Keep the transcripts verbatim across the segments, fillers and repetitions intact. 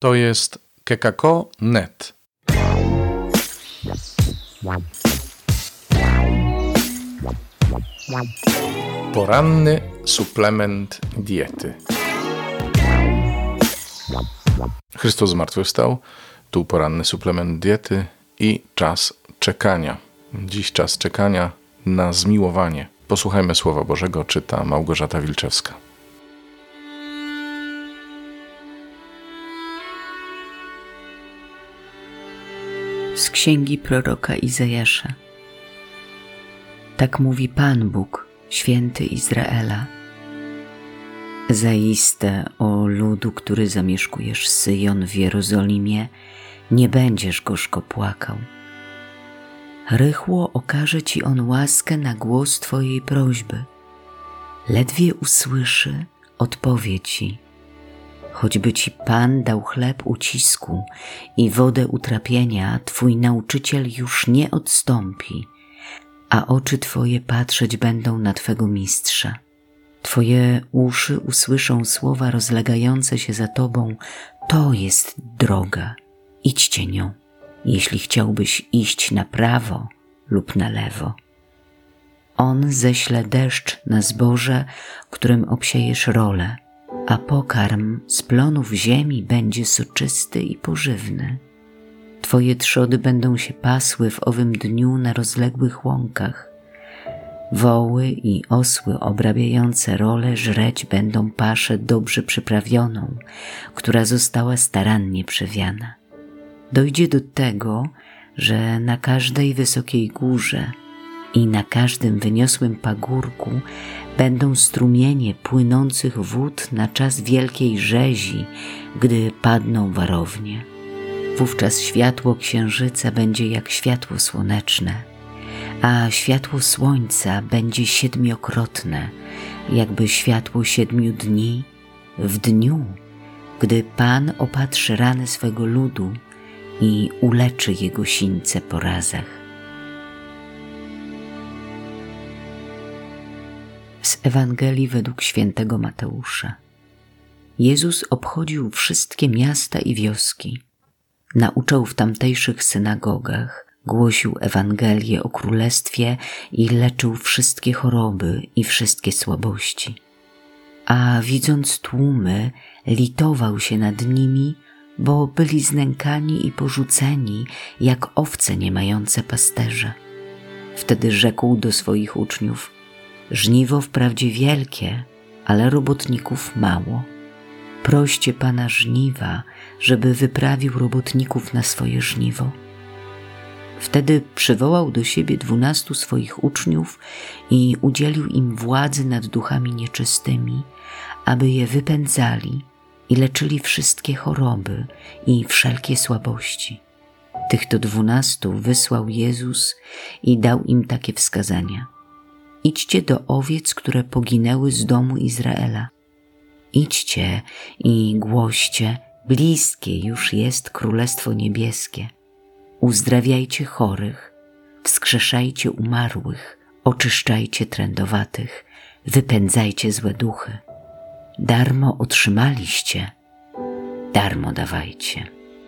To jest kekako kropka net. Poranny suplement diety. Chrystus zmartwychwstał, tu poranny suplement diety i czas czekania. Dziś czas czekania na zmiłowanie. Posłuchajmy Słowa Bożego, czyta Małgorzata Wilczewska. Z księgi proroka Izajasza. Tak mówi Pan Bóg, święty Izraela. Zaiste, o ludu, który zamieszkujesz Syjon w Jerozolimie, nie będziesz gorzko płakał. Rychło okaże ci on łaskę na głos twojej prośby. Ledwie usłyszy, odpowie ci. Choćby ci Pan dał chleb ucisku i wodę utrapienia, twój nauczyciel już nie odstąpi, a oczy twoje patrzeć będą na twego mistrza. Twoje uszy usłyszą słowa rozlegające się za tobą. To jest droga, idźcie nią, jeśli chciałbyś iść na prawo lub na lewo. On ześle deszcz na zboże, którym obsiejesz rolę, a pokarm z plonów ziemi będzie soczysty i pożywny. Twoje trzody będą się pasły w owym dniu na rozległych łąkach. Woły i osły obrabiające role żreć będą paszę dobrze przyprawioną, która została starannie przewiana. Dojdzie do tego, że na każdej wysokiej górze i na każdym wyniosłym pagórku będą strumienie płynących wód na czas wielkiej rzezi, gdy padną warownie. Wówczas światło księżyca będzie jak światło słoneczne, a światło słońca będzie siedmiokrotne, jakby światło siedmiu dni w dniu, gdy Pan opatrzy rany swego ludu i uleczy jego sińce po razach. Z Ewangelii według świętego Mateusza. Jezus obchodził wszystkie miasta i wioski. Nauczał w tamtejszych synagogach, głosił Ewangelię o Królestwie i leczył wszystkie choroby i wszystkie słabości. A widząc tłumy, litował się nad nimi, bo byli znękani i porzuceni, jak owce nie mające pasterza. Wtedy rzekł do swoich uczniów: żniwo wprawdzie wielkie, ale robotników mało. Proście Pana żniwa, żeby wyprawił robotników na swoje żniwo. Wtedy przywołał do siebie dwunastu swoich uczniów i udzielił im władzy nad duchami nieczystymi, aby je wypędzali i leczyli wszystkie choroby i wszelkie słabości. Tych to dwunastu wysłał Jezus i dał im takie wskazania: idźcie do owiec, które poginęły z domu Izraela. Idźcie i głoście, bliskie już jest Królestwo Niebieskie. Uzdrawiajcie chorych, wskrzeszajcie umarłych, oczyszczajcie trędowatych, wypędzajcie złe duchy. Darmo otrzymaliście, darmo dawajcie.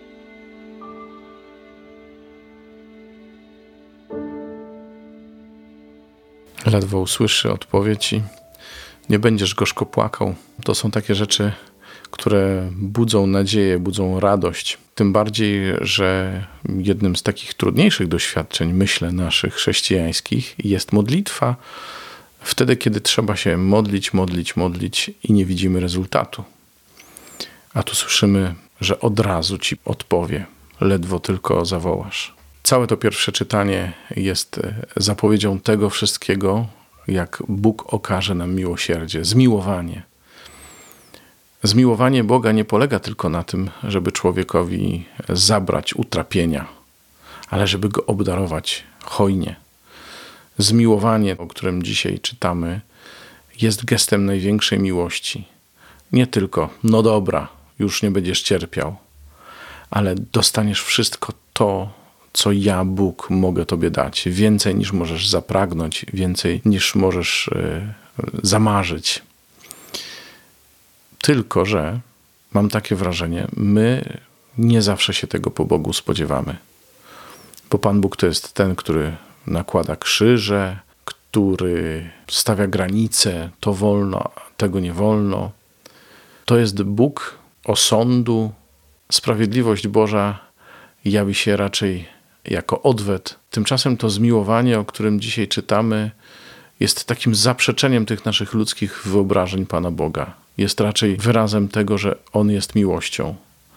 Ledwo usłyszy odpowiedź i nie będziesz gorzko płakał. To są takie rzeczy, które budzą nadzieję, budzą radość. Tym bardziej, że jednym z takich trudniejszych doświadczeń, myślę, naszych chrześcijańskich jest modlitwa wtedy, kiedy trzeba się modlić, modlić, modlić i nie widzimy rezultatu. A tu słyszymy, że od razu ci odpowie, ledwo tylko zawołasz. Całe to pierwsze czytanie jest zapowiedzią tego wszystkiego, jak Bóg okaże nam miłosierdzie, zmiłowanie. Zmiłowanie Boga nie polega tylko na tym, żeby człowiekowi zabrać utrapienia, ale żeby go obdarować hojnie. Zmiłowanie, o którym dzisiaj czytamy, jest gestem największej miłości. Nie tylko, no dobra, już nie będziesz cierpiał, ale dostaniesz wszystko to, co ja, Bóg, mogę tobie dać. Więcej niż możesz zapragnąć, więcej niż możesz yy, zamarzyć. Tylko że mam takie wrażenie, my nie zawsze się tego po Bogu spodziewamy. Bo Pan Bóg to jest ten, który nakłada krzyże, który stawia granice, to wolno, tego nie wolno. To jest Bóg osądu. Sprawiedliwość Boża jawi się raczej jako odwet. Tymczasem to zmiłowanie, o którym dzisiaj czytamy, jest takim zaprzeczeniem tych naszych ludzkich wyobrażeń Pana Boga. Jest raczej wyrazem tego, że On jest miłością,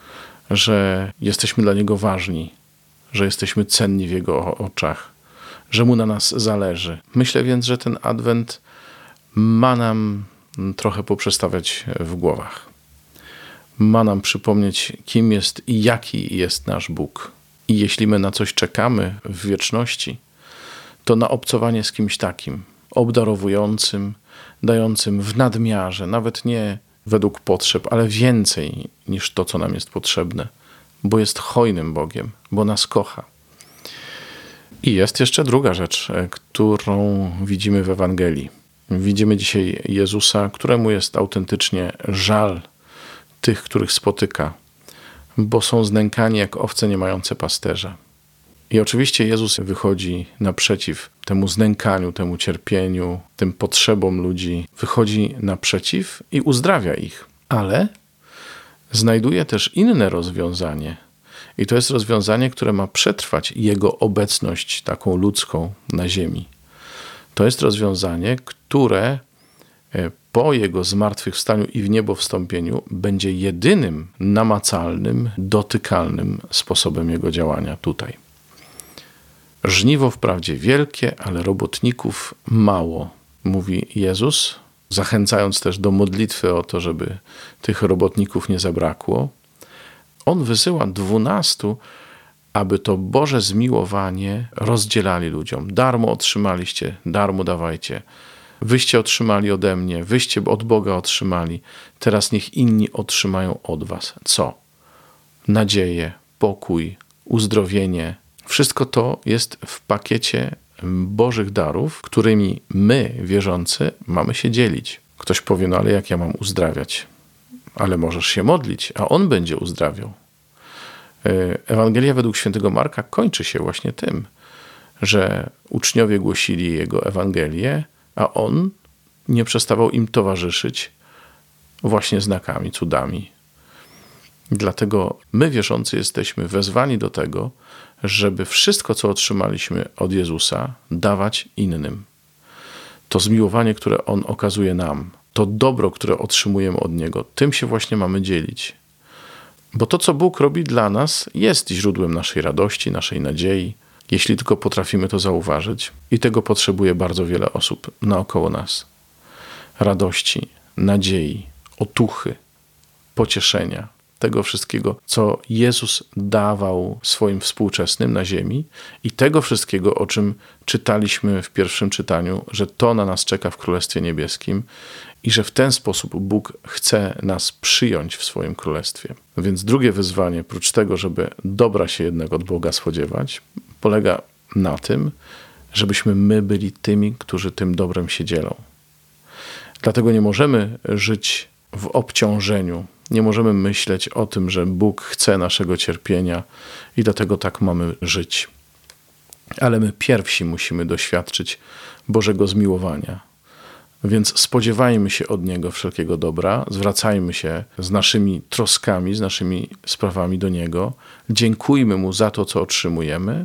że jesteśmy dla Niego ważni, że jesteśmy cenni w Jego oczach, że Mu na nas zależy. Myślę więc, że ten Adwent ma nam trochę poprzestawiać w głowach. Ma nam przypomnieć, kim jest i jaki jest nasz Bóg. I jeśli my na coś czekamy w wieczności, to na obcowanie z kimś takim, obdarowującym, dającym w nadmiarze, nawet nie według potrzeb, ale więcej niż to, co nam jest potrzebne, bo jest hojnym Bogiem, bo nas kocha. I jest jeszcze druga rzecz, którą widzimy w Ewangelii. Widzimy dzisiaj Jezusa, któremu jest autentycznie żal tych, których spotyka, bo są znękani jak owce nie mające pasterza. I oczywiście Jezus wychodzi naprzeciw temu znękaniu, temu cierpieniu, tym potrzebom ludzi. Wychodzi naprzeciw i uzdrawia ich. Ale znajduje też inne rozwiązanie. I to jest rozwiązanie, które ma przetrwać Jego obecność taką ludzką na ziemi. To jest rozwiązanie, które po Jego zmartwychwstaniu i w niebo wstąpieniu będzie jedynym namacalnym, dotykalnym sposobem Jego działania tutaj. Żniwo wprawdzie wielkie, ale robotników mało, mówi Jezus, zachęcając też do modlitwy o to, żeby tych robotników nie zabrakło. On wysyła dwunastu, aby to Boże zmiłowanie rozdzielali ludziom. Darmo otrzymaliście, darmo dawajcie. Wyście otrzymali ode mnie, wyście od Boga otrzymali. Teraz niech inni otrzymają od was. Co? Nadzieję, pokój, uzdrowienie. Wszystko to jest w pakiecie Bożych darów, którymi my, wierzący, mamy się dzielić. Ktoś powie, no ale jak ja mam uzdrawiać? Ale możesz się modlić, a On będzie uzdrawiał. Ewangelia według świętego Marka kończy się właśnie tym, że uczniowie głosili Jego Ewangelię, a On nie przestawał im towarzyszyć właśnie znakami, cudami. Dlatego my, wierzący, jesteśmy wezwani do tego, żeby wszystko, co otrzymaliśmy od Jezusa, dawać innym. To zmiłowanie, które On okazuje nam, to dobro, które otrzymujemy od Niego, tym się właśnie mamy dzielić. Bo to, co Bóg robi dla nas, jest źródłem naszej radości, naszej nadziei, jeśli tylko potrafimy to zauważyć. I tego potrzebuje bardzo wiele osób naokoło nas. Radości, nadziei, otuchy, pocieszenia, tego wszystkiego, co Jezus dawał swoim współczesnym na ziemi i tego wszystkiego, o czym czytaliśmy w pierwszym czytaniu, że to na nas czeka w Królestwie Niebieskim i że w ten sposób Bóg chce nas przyjąć w swoim Królestwie. Więc drugie wyzwanie, prócz tego, żeby dobra się jednak od Boga spodziewać, polega na tym, żebyśmy my byli tymi, którzy tym dobrem się dzielą. Dlatego nie możemy żyć w obciążeniu. Nie możemy myśleć o tym, że Bóg chce naszego cierpienia i dlatego tak mamy żyć. Ale my pierwsi musimy doświadczyć Bożego zmiłowania. Więc spodziewajmy się od Niego wszelkiego dobra, zwracajmy się z naszymi troskami, z naszymi sprawami do Niego, dziękujmy Mu za to, co otrzymujemy,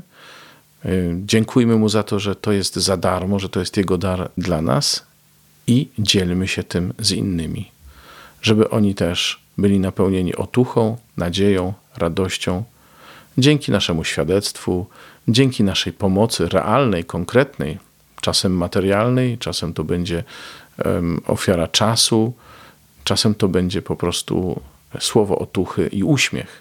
dziękujmy Mu za to, że to jest za darmo, że to jest Jego dar dla nas i dzielmy się tym z innymi, żeby oni też byli napełnieni otuchą, nadzieją, radością, dzięki naszemu świadectwu, dzięki naszej pomocy realnej, konkretnej, czasem materialnej, czasem to będzie um, ofiara czasu, czasem to będzie po prostu słowo otuchy i uśmiech.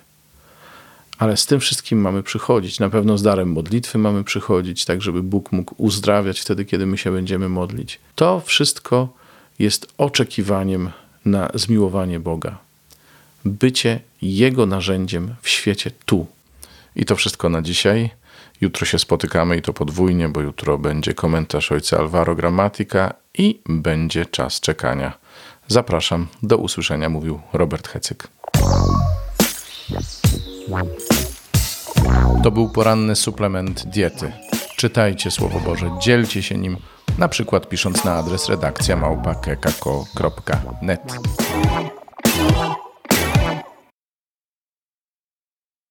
Ale z tym wszystkim mamy przychodzić. Na pewno z darem modlitwy mamy przychodzić, tak żeby Bóg mógł uzdrawiać wtedy, kiedy my się będziemy modlić. To wszystko jest oczekiwaniem na zmiłowanie Boga. Bycie Jego narzędziem w świecie tu. I to wszystko na dzisiaj. Jutro się spotykamy i to podwójnie, bo jutro będzie komentarz ojca Alvaro Gramatika i będzie czas czekania. Zapraszam, do usłyszenia, mówił Robert Hecyk. To był poranny suplement diety. Czytajcie Słowo Boże, dzielcie się nim, na przykład pisząc na adres redakcja małpa kekako kropka net.